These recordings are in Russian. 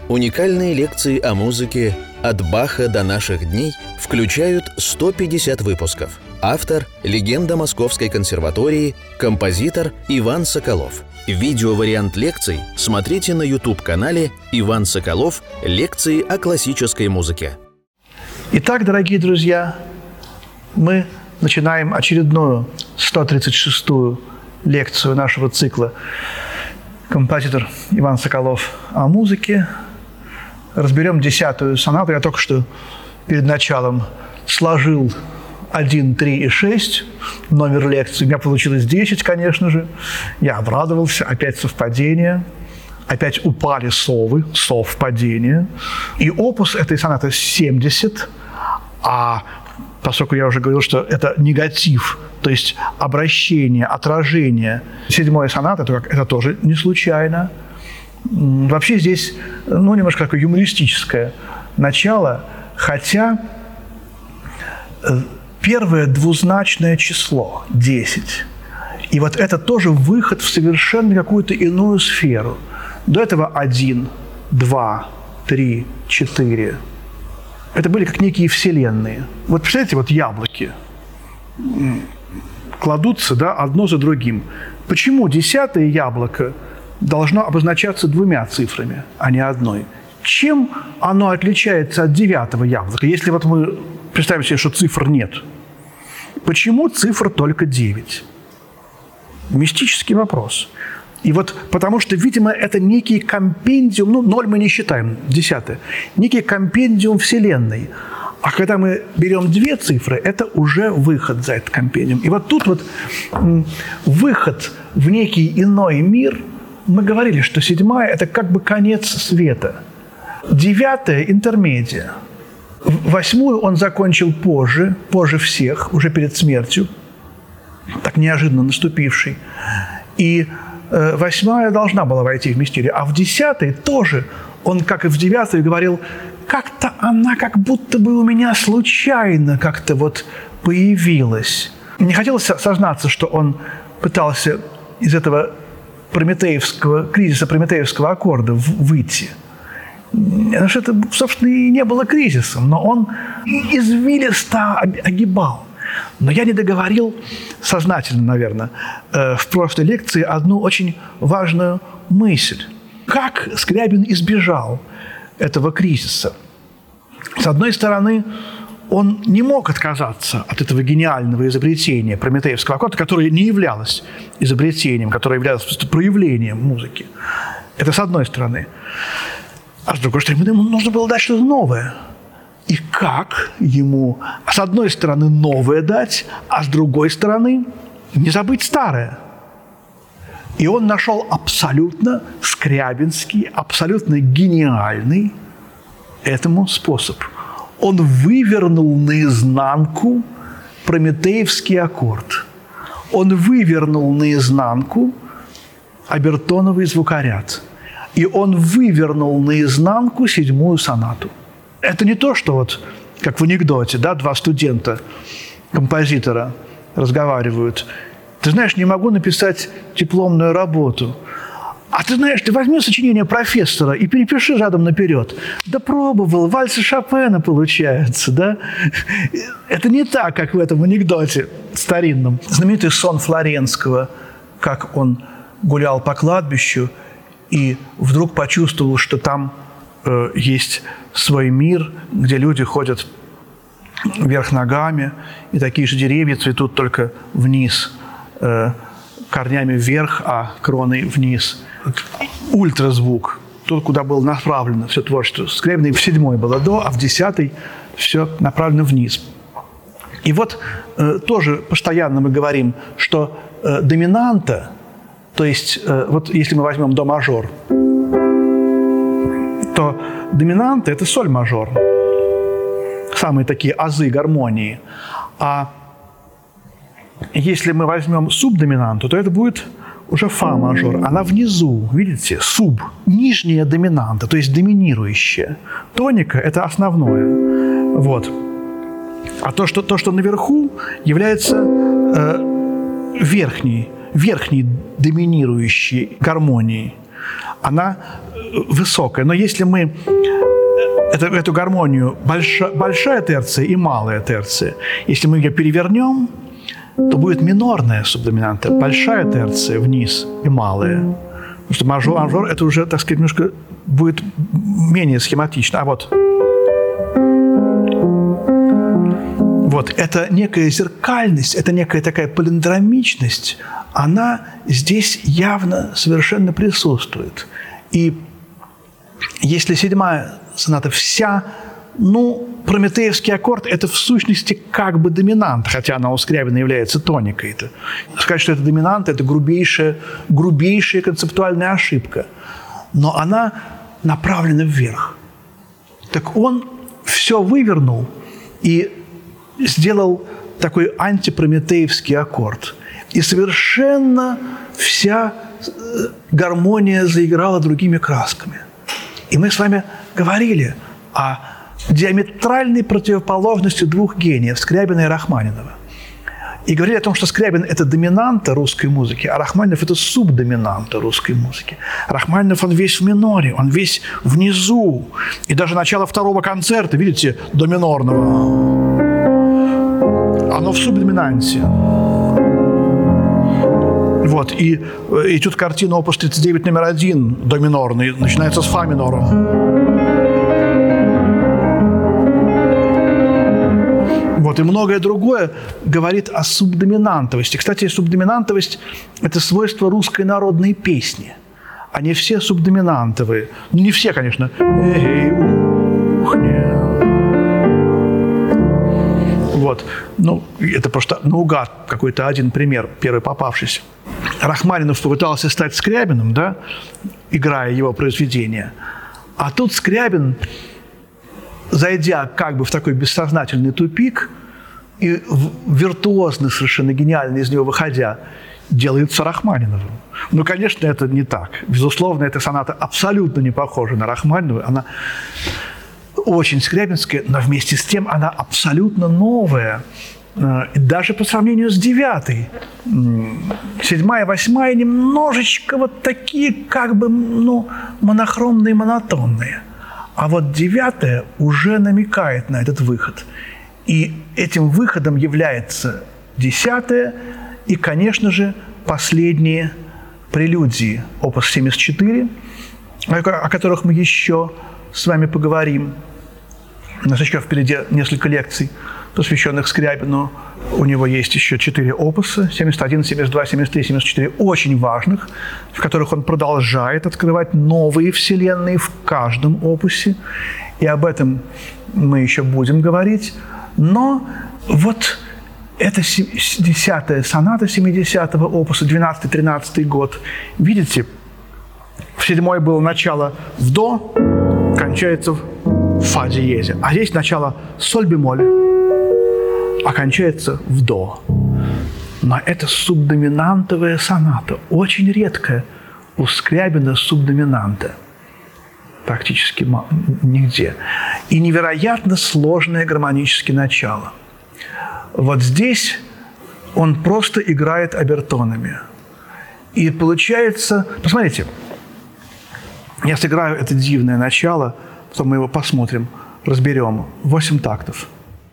Уникальные лекции о музыке «От Баха до наших дней» включают 150 выпусков. Автор – легенда Московской консерватории, композитор Иван Соколов. Видеовариант лекций смотрите на YouTube-канале «Иван Соколов. Лекции о классической музыке». Итак, дорогие друзья, мы начинаем очередную 136-ю лекцию нашего цикла «Композитор Иван Соколов о музыке». Разберем 10-ю сонату. Я только что перед началом сложил 1, 3 и 6 номер лекции. У меня получилось 10, конечно же. Я обрадовался. Опять совпадение. Опять упали совы. Совпадение. И опус этой сонаты 70. А поскольку я уже говорил, что это негатив, то есть обращение, отражение 7-й сонаты, это тоже не случайно. Вообще здесь, немножко такое юмористическое начало, хотя первое двузначное число – 10. И вот это тоже выход в совершенно какую-то иную сферу. До этого 1, 2, 3, 4. Это были как некие вселенные. Вот представляете, вот яблоки кладутся, да, одно за другим. Почему 10-е яблоко должно обозначаться 2 цифрами, а не одной? Чем оно отличается от 9-го яблока, если вот мы представим себе, что цифр нет? Почему цифр только 9? Мистический вопрос. И вот потому что, видимо, это некий компендиум, 0 мы не считаем, 10-е, некий компендиум Вселенной. А когда мы берем 2 цифры, это уже выход за этот компендиум. И вот тут вот выход в некий иной мир. Мы говорили, что 7-я – это как бы конец света. 9-я – интермедия. 8-ю он закончил позже всех, уже перед смертью, так неожиданно наступившей. И 8-я должна была войти в мистерию. А в 10-й тоже он, как и в 9-й, говорил, как-то она как будто бы у меня случайно как-то вот появилась. Не хотелось сознаться, что он пытался из этого кризиса прометеевского аккорда выйти. Потому что это, собственно, и не было кризисом, но он извилисто огибал. Но я не договорил, сознательно, наверное, в прошлой лекции одну очень важную мысль. Как Скрябин избежал этого кризиса? С одной стороны, он не мог отказаться от этого гениального изобретения прометеевского аккорда, которое не являлось изобретением, которое являлось просто проявлением музыки. Это с одной стороны. А с другой стороны, ему нужно было дать что-то новое. И как ему, с одной стороны, новое дать, а с другой стороны, не забыть старое? И он нашел абсолютно скрябинский, абсолютно гениальный этому способ. Он вывернул наизнанку прометеевский аккорд. Он вывернул наизнанку обертоновый звукоряд. И он вывернул наизнанку 7-ю сонату. Это не то, что вот, как в анекдоте, да, 2 студента-композитора разговаривают. Ты знаешь, не могу написать дипломную работу. А ты знаешь, ты возьми сочинение профессора и перепиши задом наперед. Да пробовал, вальсы Шопена получается, да? Это не так, как в этом анекдоте старинном. Знаменитый сон Флоренского, как он гулял по кладбищу и вдруг почувствовал, что там есть свой мир, где люди ходят вверх ногами, и такие же деревья цветут только вниз, корнями вверх, а кроной вниз. Ультразвук, тот, куда было направлено все творчество Скрябина, в 7-й было до, а в 10-й все направлено вниз. И вот тоже постоянно мы говорим, что доминанта, то есть вот если мы возьмем до мажор, то доминанта – это соль мажор, самые такие азы гармонии. А если мы возьмем субдоминанту, то это будет уже фа мажор. Она внизу, видите, суб, нижняя доминанта, то есть доминирующая. Тоника – это основное. Вот. А то, что наверху, является верхней доминирующей гармонией. она высокая. Но если мы эту гармонию, большая терция и малая терция, если мы ее перевернем, то будет минорная субдоминанта, большая терция вниз и малая. Потому что мажор это уже, так сказать, немножко будет менее схематично. А вот это некая зеркальность, это некая такая палиндромичность, она здесь явно совершенно присутствует. И если 7-я соната вся, прометеевский аккорд – это в сущности как бы доминант, хотя она у Скрябина является тоникой. Сказать, что это доминант – это грубейшая концептуальная ошибка. Но она направлена вверх. Так он все вывернул и сделал такой антипрометеевский аккорд. И совершенно вся гармония заиграла другими красками. И мы с вами говорили о диаметральной противоположности двух гениев – Скрябина и Рахманинова. И говорили о том, что Скрябин – это доминанта русской музыки, а Рахманинов – это субдоминанта русской музыки. Рахманинов, он весь в миноре, он весь внизу. И даже начало 2-го концерта, видите, до минорного, оно в субдоминанте. Вот, и этюд картина опус 39 номер 1, до минорный, начинается с фа минора. Вот, и многое другое говорит о субдоминантовости. Кстати, субдоминантовость – это свойство русской народной песни. Они все субдоминантовые. Не все, конечно. Вот. Это просто наугад какой-то один пример, первый попавшийся. Рахманинов попытался стать Скрябиным, да, играя его произведения. А тут Скрябин, зайдя как бы в такой бессознательный тупик и виртуозно, совершенно гениально из него выходя, делается Рахманиновым. Конечно, это не так. Безусловно, эта соната абсолютно не похожа на Рахманинову. Она очень скрябинская, но вместе с тем она абсолютно новая. Даже по сравнению с 9-й. 7-я и 8-я немножечко вот такие как бы монохромные, монотонные. А вот 9-я уже намекает на этот выход. И этим выходом является 10-я и, конечно же, последние прелюдии, опус 74, о которых мы еще с вами поговорим. У нас еще впереди несколько лекций, посвященных Скрябину. У него есть еще 4 опуса, 71, 72, 73, 74, очень важных, в которых он продолжает открывать новые вселенные в каждом опусе. И об этом мы еще будем говорить. Но вот это 10-я соната 70-го опуса, 12-13 год. Видите, в 7-й было начало в до, кончается в фа диезе. А здесь начало соль бемоль, окончается в до. Но это субдоминантовая соната, очень редкая у Скрябина субдоминанта. Практически нигде. И невероятно сложное гармоническое начало. Вот здесь он просто играет обертонами. И получается... Посмотрите, я сыграю это дивное начало, потом мы его посмотрим, разберем. 8 тактов.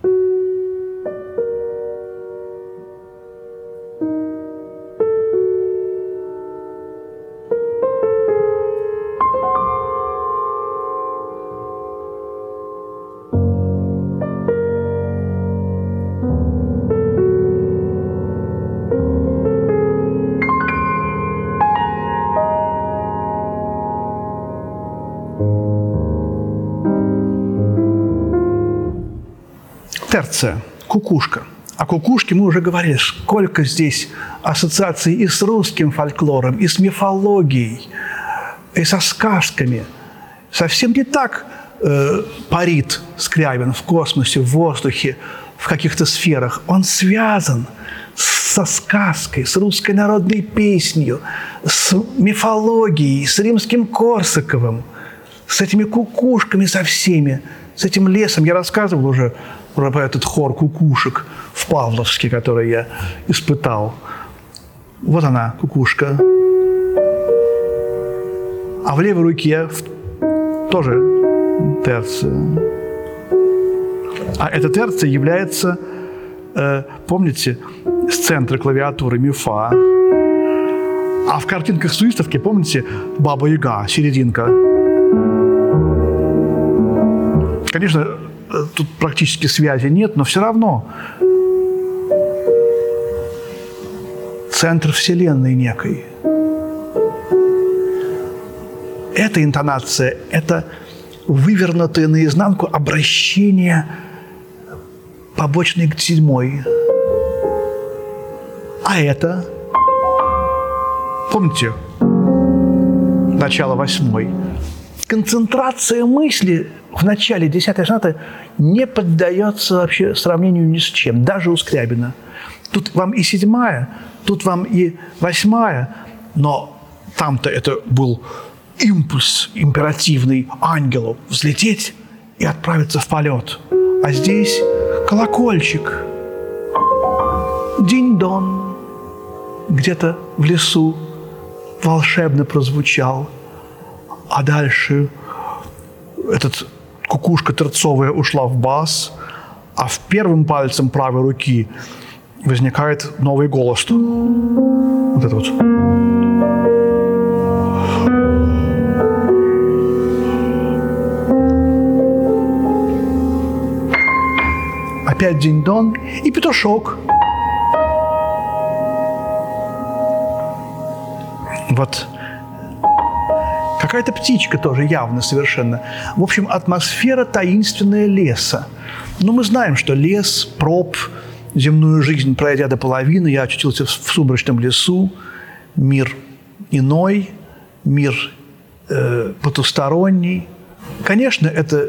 Терция, кукушка. О кукушке мы уже говорили, сколько здесь ассоциаций и с русским фольклором, и с мифологией, и со сказками. Совсем не так парит Скрябин в космосе, в воздухе, в каких-то сферах. Он связан со сказкой, с русской народной песней, с мифологией, с римским Корсаковым, с этими кукушками, со всеми, с этим лесом. Я рассказывал уже про этот хор кукушек в Павловске, который я испытал. Вот она, кукушка. А в левой руке тоже терция. А эта терция является, помните, с центра клавиатуры ми фа. А в картинках с выставки, помните, Баба-Яга, серединка. Конечно, тут практически связи нет, но все равно центр вселенной некой. Эта интонация – это вывернутое наизнанку обращение побочной к седьмой. А это, помните, начало восьмой. Концентрация мысли в начале 10-й сонаты не поддается вообще сравнению ни с чем, даже у Скрябина. Тут вам и 7-я, тут вам и 8-я, но там-то это был импульс императивный ангелу взлететь и отправиться в полет. А здесь колокольчик. Динь-дон. Где-то в лесу волшебно прозвучал. А дальше этот кукушка терцовая ушла в бас, а в первым пальцем правой руки возникает новый голос. Вот это вот. Опять динь-дон и петушок. Вот. Какая-то птичка тоже явно совершенно. В общем, атмосфера таинственная леса. Но мы знаем, что лес, проб, земную жизнь пройдя до половины, я очутился в сумрачном лесу, мир иной, мир потусторонний. Конечно, это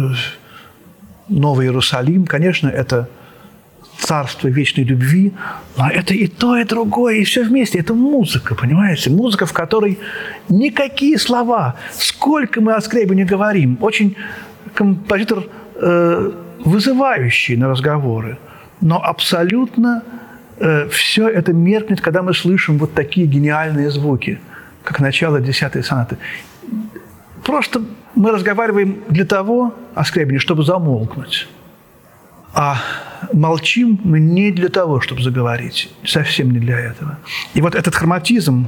Новый Иерусалим, конечно, это царство вечной любви, но это и то, и другое, и все вместе. Это музыка, понимаете? Музыка, в которой никакие слова, сколько мы о Скрябине говорим, очень композитор вызывающий на разговоры, но абсолютно все это меркнет, когда мы слышим вот такие гениальные звуки, как начало 10-й сонаты. Просто мы разговариваем для того о Скрябине, чтобы замолкнуть. А молчим мы не для того, чтобы заговорить. Совсем не для этого. И вот этот хроматизм,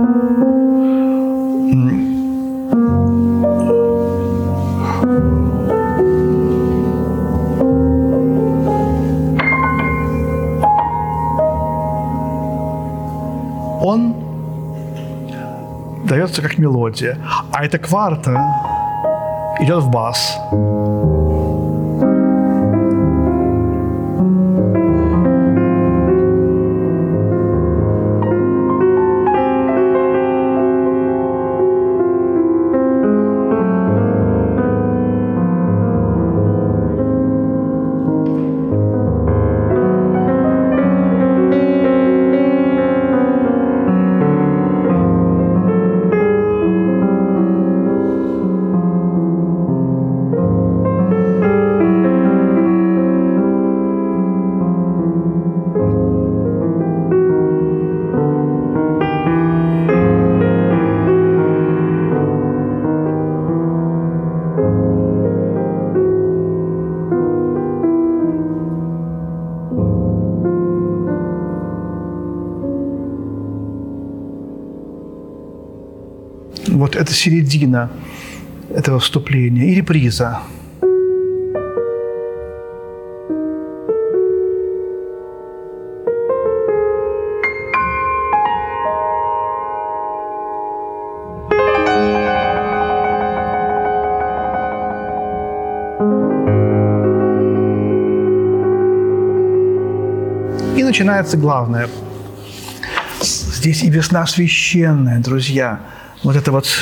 он дается как мелодия. А эта кварта идет в бас. Вот это середина этого вступления и реприза. И начинается главное. Здесь и весна священная, друзья. Вот это вот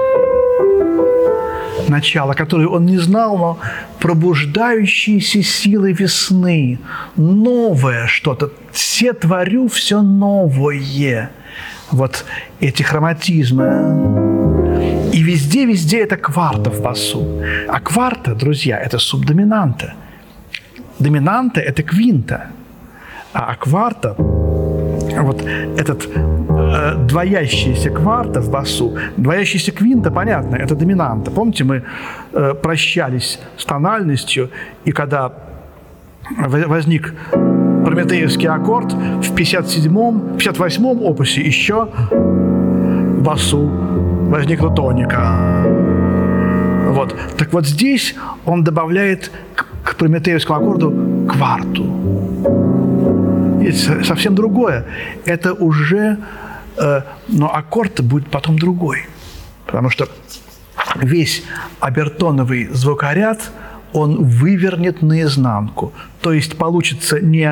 начало, которое он не знал, но пробуждающиеся силы весны. Новое что-то. Все творю, все новое. Вот эти хроматизмы. И везде это кварта в басу. А кварта, друзья, это субдоминанта. Доминанта – это квинта. А кварта вот этот двоящаяся кварта в басу, двоящаяся квинта, понятно, это доминанта. Помните, мы прощались с тональностью, и когда возник прометеевский аккорд в 58-м опусе еще в басу возникла тоника. Вот. Так вот здесь он добавляет к прометеевскому аккорду кварту. И совсем другое. Это уже... но аккорд будет потом другой. Потому что весь обертоновый звукоряд он вывернет наизнанку. То есть получится не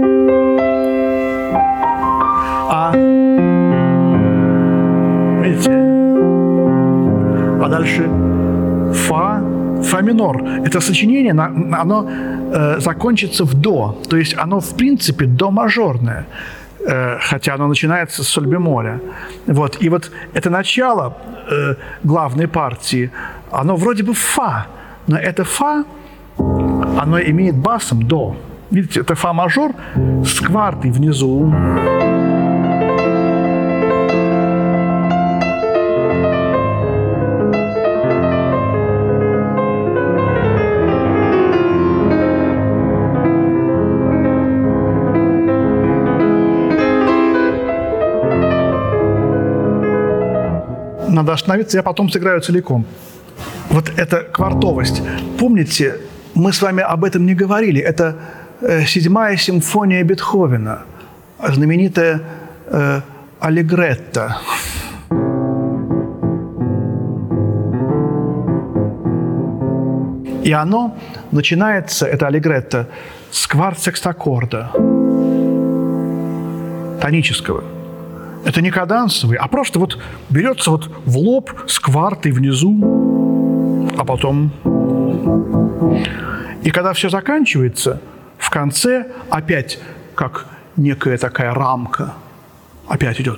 а, видите, а дальше фа минор. Это сочинение, оно закончится в до. То есть оно в принципе до мажорное. Хотя оно начинается с соль бемоля. Вот. И вот это начало главной партии, оно вроде бы фа, но это фа, оно имеет басом до. Видите, это фа мажор с квартой внизу. Надо остановиться, я потом сыграю целиком. Вот эта квартовость. Помните, мы с вами об этом не говорили. Это 7-я симфония Бетховена, знаменитая аллегретто. И оно начинается, это аллегретто, с кварт-секстаккорда тонического. Это не кадансовый, а просто вот берется вот в лоб с квартой внизу, а потом... И когда все заканчивается, в конце опять как некая такая рамка опять идет.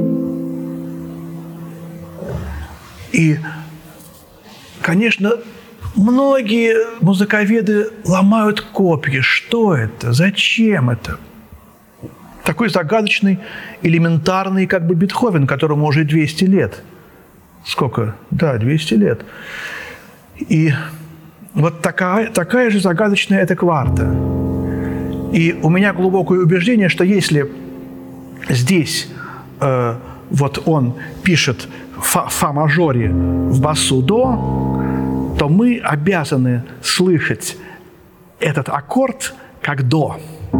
И, конечно, многие музыковеды ломают копья. Что это? Зачем это? Такой загадочный, элементарный, как бы Бетховен, которому уже 200 лет. Сколько? Да, 200 лет. И вот такая же загадочная эта кварта. И у меня глубокое убеждение, что если здесь вот он пишет фа-мажоре в басу до, то мы обязаны слышать этот аккорд как до.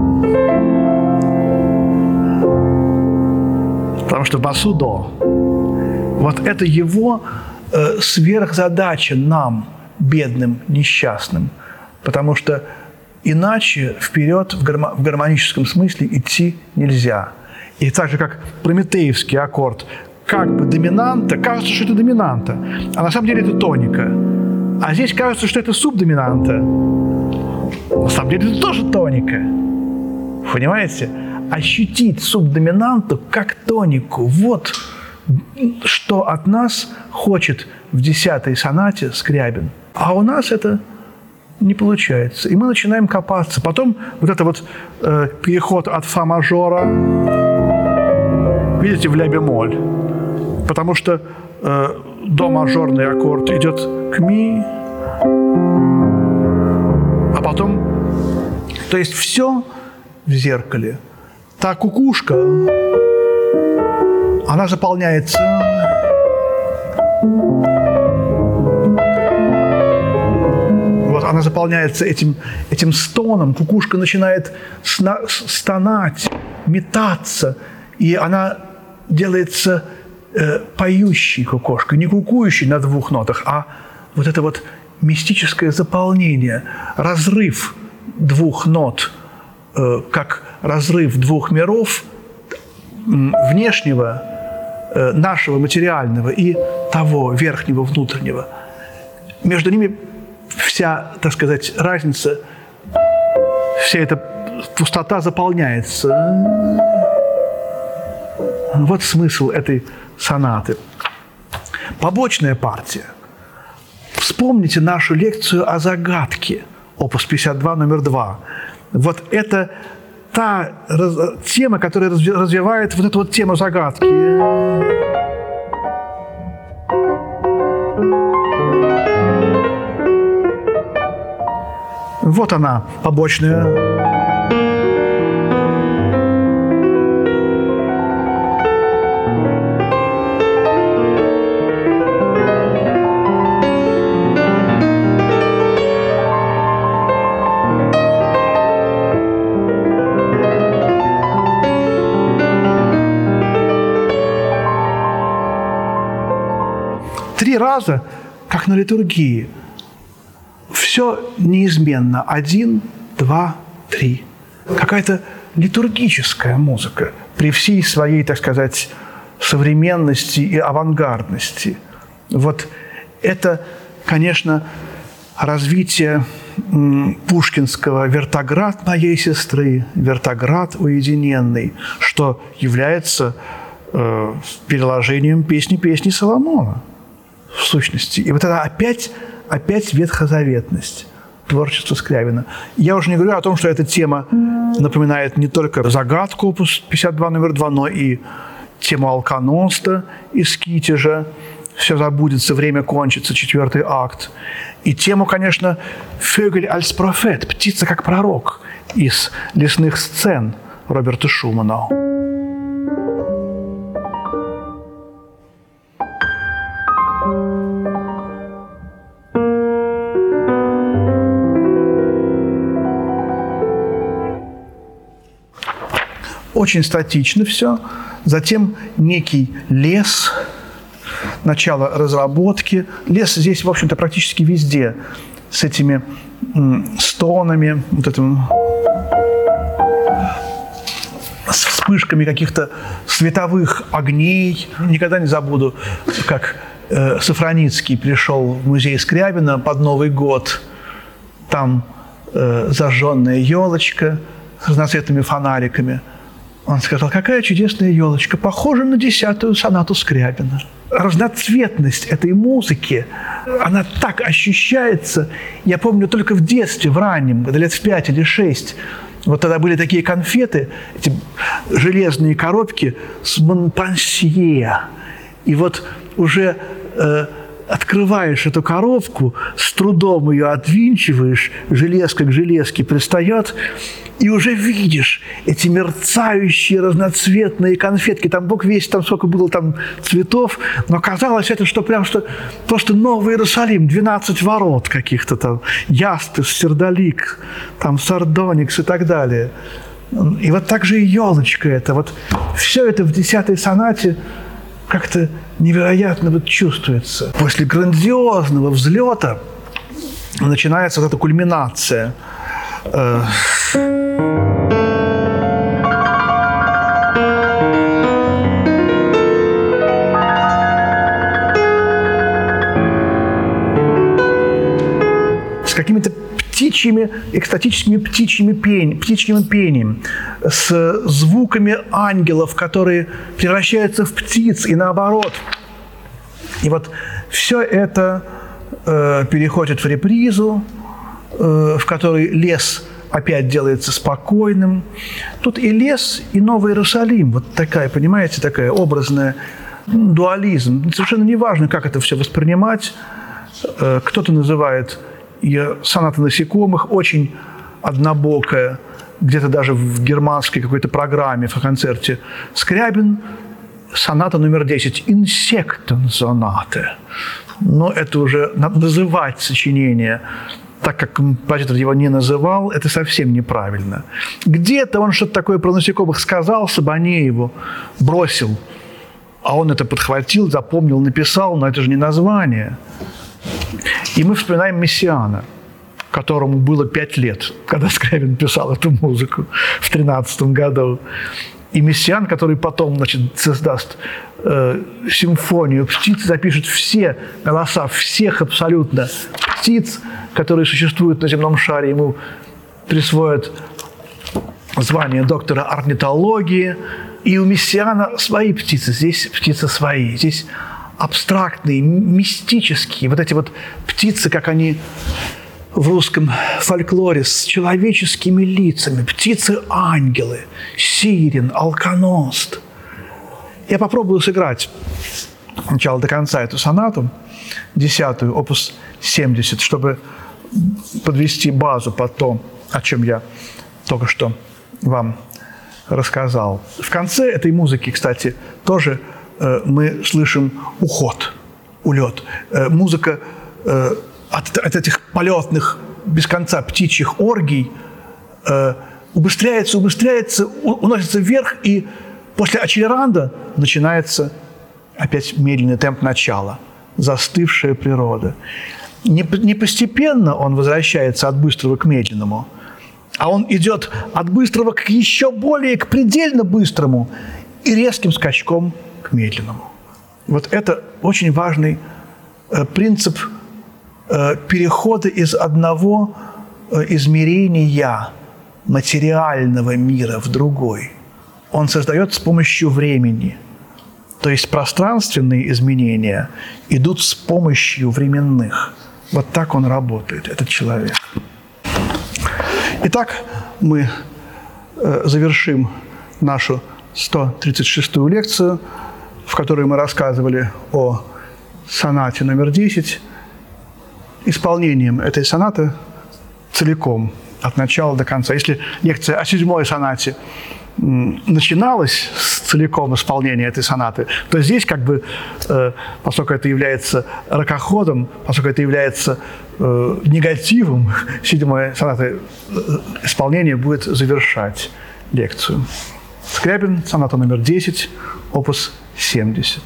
Потому что басу до. Вот это его сверхзадача нам, бедным, несчастным. Потому что иначе вперед в гармоническом смысле идти нельзя. И так же, как прометеевский аккорд, как бы доминанта, кажется, что это доминанта, а на самом деле это тоника. А здесь кажется, что это субдоминанта. На самом деле это тоже тоника. Понимаете? Ощутить субдоминанту как тонику. Вот что от нас хочет в 10-й сонате Скрябин. А у нас это не получается. И мы начинаем копаться. Потом вот это вот переход от фа-мажора, видите, в ля-бемоль. Потому что до-мажорный аккорд идет к ми, а потом... То есть все в зеркале. Та кукушка, она заполняется... Вот, она заполняется этим стоном. Кукушка начинает стонать, метаться. И она делается поющей кукушкой. Не кукующей на 2 нотах, а вот это вот мистическое заполнение, разрыв 2 нот, как разрыв 2 миров, внешнего, нашего материального и того верхнего, внутреннего. Между ними вся, так сказать, разница, вся эта пустота заполняется. Вот смысл этой сонаты. Побочная партия. Вспомните нашу лекцию о загадке, опус 52, номер 2. Вот это та тема, которая развивает вот эту вот тему загадки. Вот она, побочная. Три раза, как на литургии. Все неизменно. 1, 2, 3. Какая-то литургическая музыка при всей своей, так сказать, современности и авангардности. Вот это, конечно, развитие пушкинского «Вертоград моей сестры», «Вертоград уединенный», что является переложением песни Соломона в сущности. И вот это опять ветхозаветность творчества Скрябина. Я уже не говорю о том, что эта тема напоминает не только загадку опус 52 номер 2, но и тему алконоста из Китежа «Все забудется, время кончится», 4-й акт. И тему, конечно, «Vögel als Prophet», «Птица как пророк» из «Лесных сцен» Роберта Шумана. Очень статично все. Затем некий лес, начало разработки. Лес здесь, в общем-то, практически везде. С этими стонами, вот этим, с вспышками каких-то световых огней. Никогда не забуду, как Сафроницкий пришел в музей Скрябина под Новый год. Там зажженная елочка с разноцветными фонариками. Он сказал: какая чудесная елочка, похожа на 10-ю сонату Скрябина. Разноцветность этой музыки, она так ощущается. Я помню только в детстве, в раннем, лет в 5 или 6, вот тогда были такие конфеты, эти железные коробки с Монпансье. И вот уже открываешь эту коробку, с трудом ее отвинчиваешь, железка к железке пристает, и уже видишь эти мерцающие разноцветные конфетки. Там бог весь, там сколько было там цветов, но казалось это, что прям что просто Новый Иерусалим, 12 ворот каких-то там, Ястыс, Сердолик, там Сардоникс и так далее. И вот так же и елочка эта. Вот все это в 10-й сонате как-то невероятно вот чувствуется. После грандиозного взлета начинается вот эта кульминация. С какими-то птичьими, экстатическими птичьим пением, с звуками ангелов, которые превращаются в птиц, и наоборот. И вот все это переходит в репризу, в которой лес опять делается спокойным. Тут и лес, и Новый Иерусалим. Вот такая, понимаете, такая образная дуализм. Совершенно неважно, как это все воспринимать. Кто-то называет ее соната насекомых, очень однобокая, где-то даже в германской какой-то программе, в концерте. Скрябин, соната номер 10, «Инсектенсонате». Но это уже называть сочинение, так как композитор его не называл, это совсем неправильно. Где-то он что-то такое про насекомых сказал, Сабанееву бросил, а он это подхватил, запомнил, написал, но это же не название. И мы вспоминаем Мессиана, которому было 5 лет, когда Скрябин писал эту музыку в 13 году. И Мессиан, который потом, значит, создаст симфонию птиц, запишет все голоса всех абсолютно птиц, которые существуют на земном шаре. Ему присвоят звание доктора орнитологии. И у Мессиана свои птицы, здесь птицы свои, здесь абстрактные, мистические. Вот эти вот птицы, как они в русском фольклоре с человеческими лицами, птицы-ангелы, сирен, алконост. Я попробую сыграть от начала до конца эту сонату, 10-ю, опус 70, чтобы подвести базу под то, о чем я только что вам рассказал. В конце этой музыки, кстати, тоже мы слышим уход, улет. Музыка от этих полетных без конца птичьих оргий убыстряется, уносится вверх, и после акселеранда начинается опять медленный темп начала, застывшая природа. Не постепенно он возвращается от быстрого к медленному, а он идет от быстрого к еще более, к предельно быстрому и резким скачком к медленному. Вот это очень важный принцип перехода из одного измерения материального мира в другой. Он создается с помощью времени. То есть пространственные изменения идут с помощью временных. Вот так он работает, этот человек. Итак, мы завершим нашу 136-ю лекцию, в которой мы рассказывали о сонате номер 10, исполнением этой сонаты целиком, от начала до конца. Если лекция о 7-й сонате начиналась с целиком исполнения этой сонаты, то здесь, как бы, поскольку это является ракоходом, поскольку это является негативом 7-й сонаты, исполнение будет завершать лекцию. Скрябин, соната номер 10, опус 70.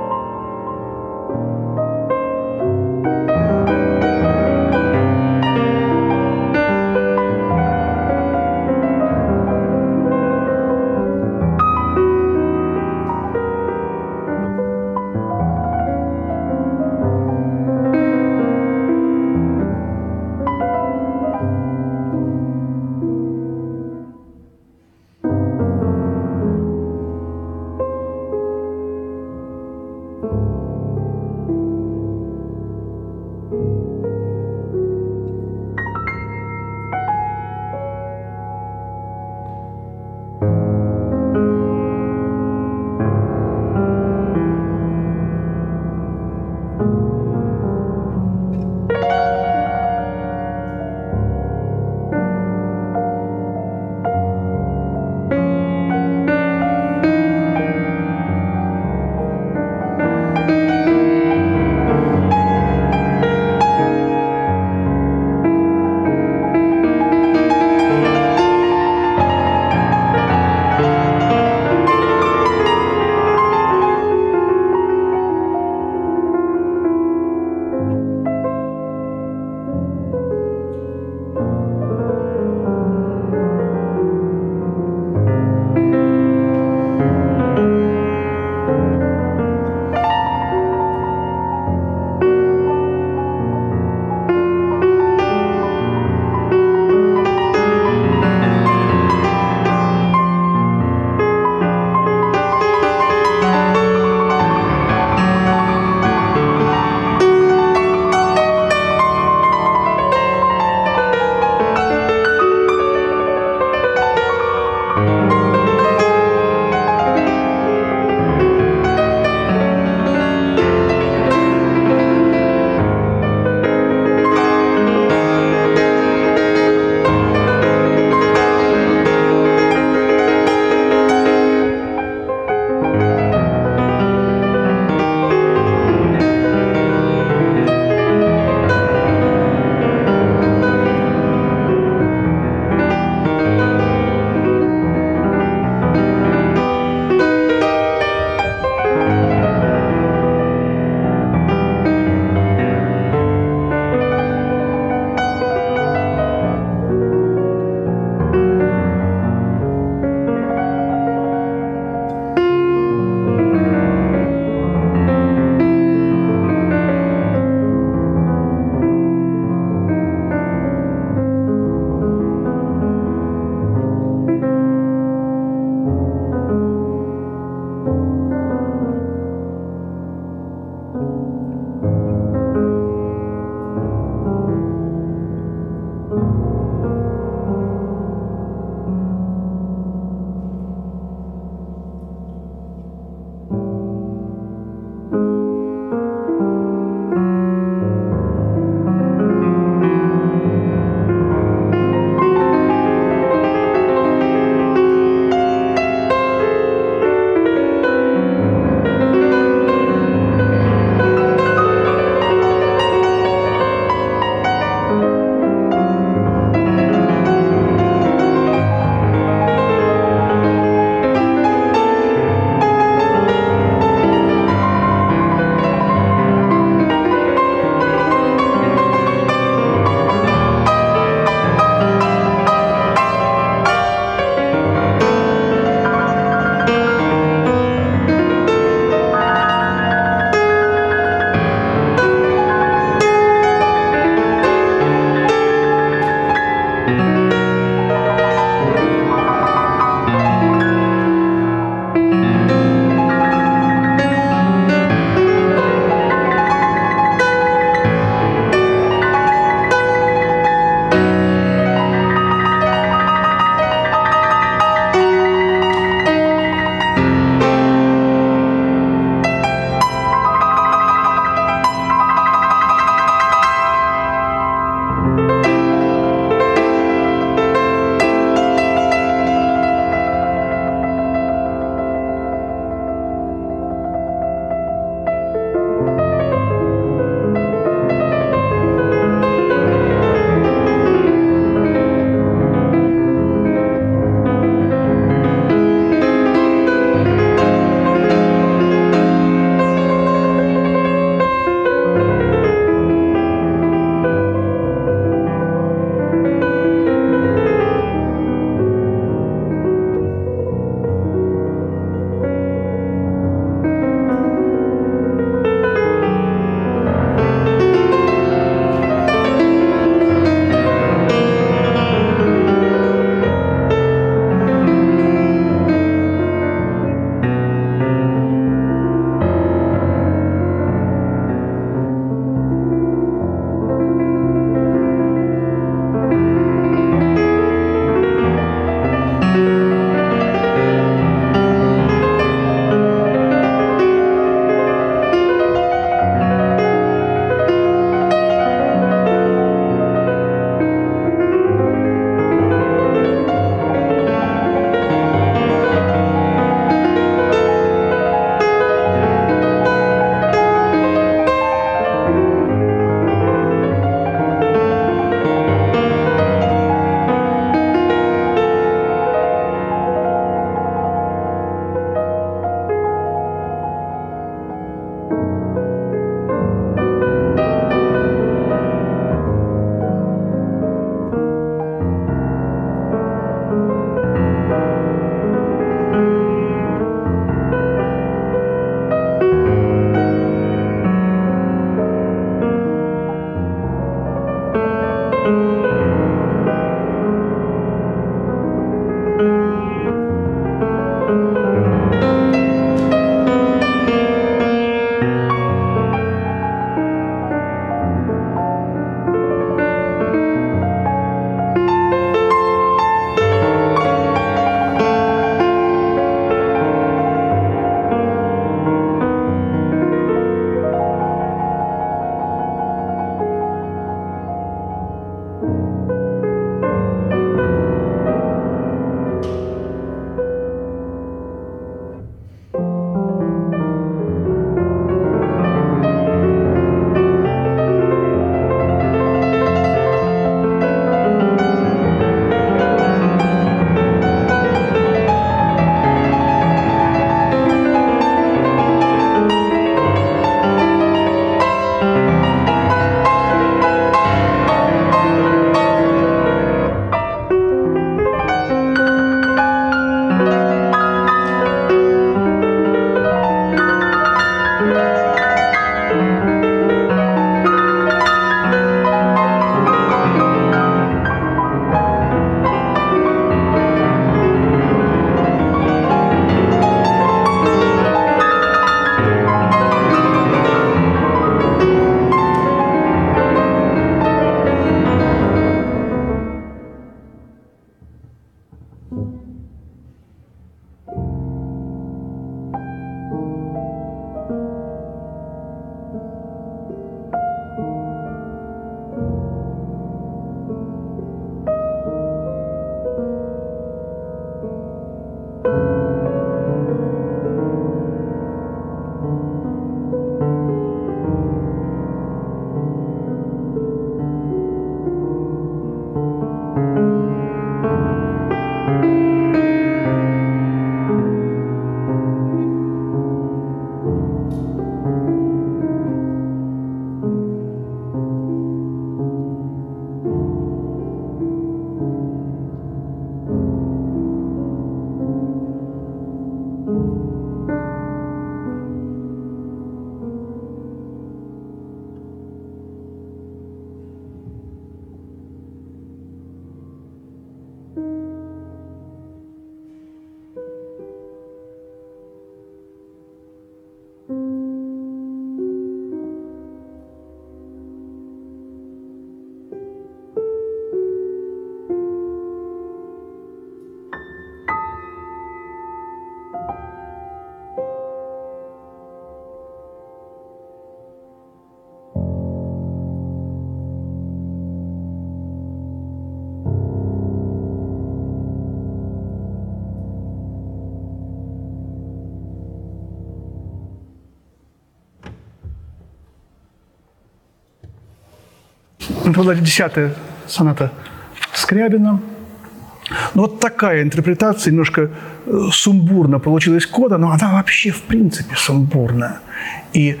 Это была 10-я соната Скрябина. Ну, вот такая интерпретация, немножко сумбурно получилась кода, но она вообще, в принципе, сумбурная. И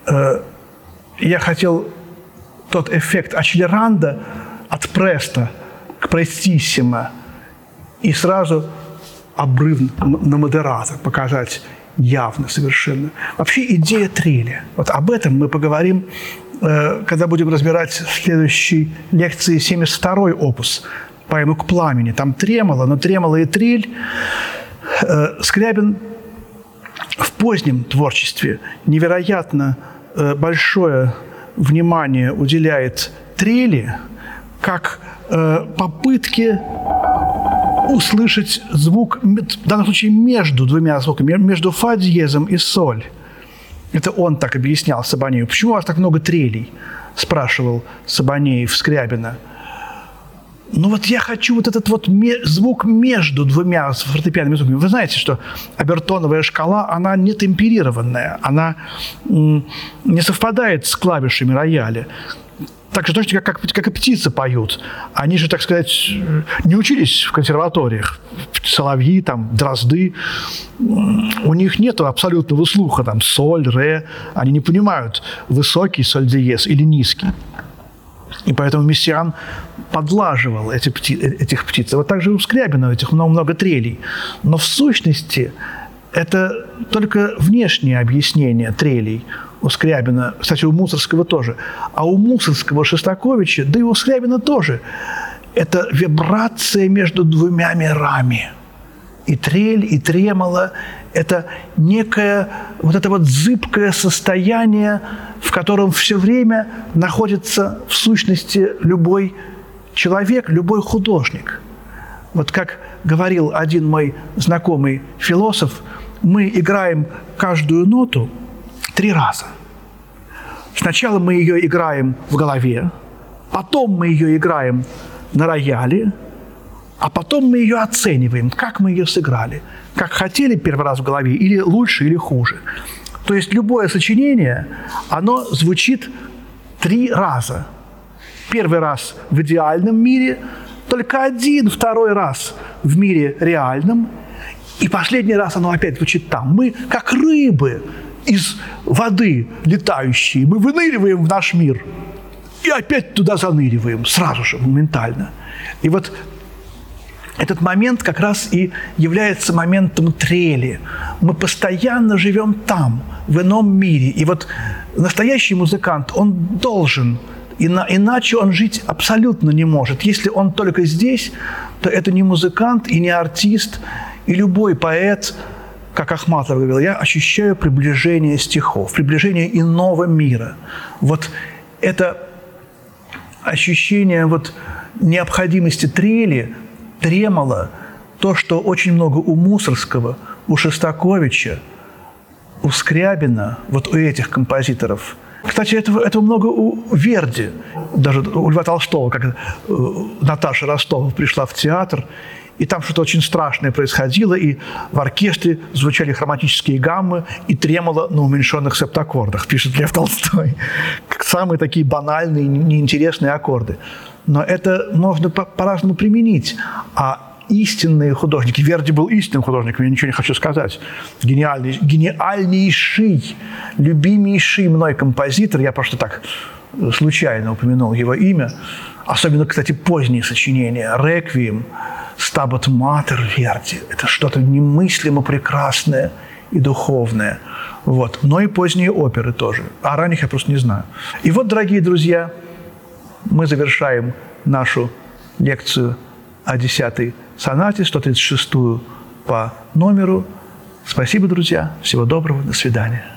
я хотел тот эффект акселеранда от преста к престиссимо и сразу обрыв на модератор показать явно совершенно. Вообще идея трели. Вот об этом мы поговорим, когда будем разбирать в следующей лекции 72-й опус «Поэму к пламени». Там тремоло, но тремоло и трель. Скрябин в позднем творчестве невероятно большое внимание уделяет трели как попытке услышать звук, в данном случае между двумя звуками, между фа диезом и соль. Это он так объяснял Сабанееву. «Почему у вас так много трелей?» – спрашивал Сабанеев Скрябина. Ну вот я хочу вот этот вот звук между двумя фортепианными звуками. Вы знаете, что обертоновая шкала, она не темперированная, она не совпадает с клавишами рояля. Так же точно, как и птицы поют. Они же, так сказать, не учились в консерваториях. Соловьи, там, дрозды. У них нет абсолютного слуха. Там, соль, ре. Они не понимают, высокий соль диез или низкий. И поэтому Мессиан подлаживал этих птиц. Вот так же у Скрябина этих много трелей. Но в сущности это только внешнее объяснение трелей у Скрябина. Кстати, у Мусоргского тоже. А у Мусоргского, Шостаковича, да и у Скрябина тоже. Это вибрация между двумя мирами. И трель, и тремоло – это некое вот это вот зыбкое состояние, в котором все время находится в сущности любой человек, любой художник. Вот как говорил один мой знакомый философ, мы играем каждую ноту 3 раза. Сначала мы ее играем в голове, потом мы ее играем на рояле, а потом мы ее оцениваем, как мы ее сыграли. Как хотели первый раз в голове, или лучше, или хуже. То есть любое сочинение, оно звучит 3 раза. Первый раз в идеальном мире, только 1, второй раз в мире реальном, и последний раз оно опять звучит там. Мы, как рыбы из воды летающие, мы выныриваем в наш мир и опять туда заныриваем, сразу же, моментально. И вот этот момент как раз и является моментом трели. Мы постоянно живем там, в ином мире. И вот настоящий музыкант, он должен, иначе он жить абсолютно не может. Если он только здесь, то это не музыкант и не артист. И любой поэт, как Ахматов говорил, я ощущаю приближение стихов, приближение иного мира. Вот это ощущение вот необходимости трели, тремоло, то, что очень много у Мусоргского, у Шостаковича, у Скрябина, вот у этих композиторов. Кстати, этого много у Верди, даже у Льва Толстого, как Наташа Ростова пришла в театр, и там что-то очень страшное происходило, и в оркестре звучали хроматические гаммы и тремоло на уменьшенных септаккордах, пишет Лев Толстой. Как самые такие банальные, неинтересные аккорды. Но это можно по-разному применить. А истинные художники, Верди был истинным художником, я ничего не хочу сказать, гениальнейший, любимейший мной композитор, я просто так случайно упомянул его имя, особенно, кстати, поздние сочинения, «Реквием», «Стабат Матер» Верди, это что-то немыслимо прекрасное и духовное. Вот. Но и поздние оперы тоже. А ранних я просто не знаю. И вот, дорогие друзья, мы завершаем нашу лекцию о 10-й сонате, 136-ю по номеру. Спасибо, друзья. Всего доброго. До свидания.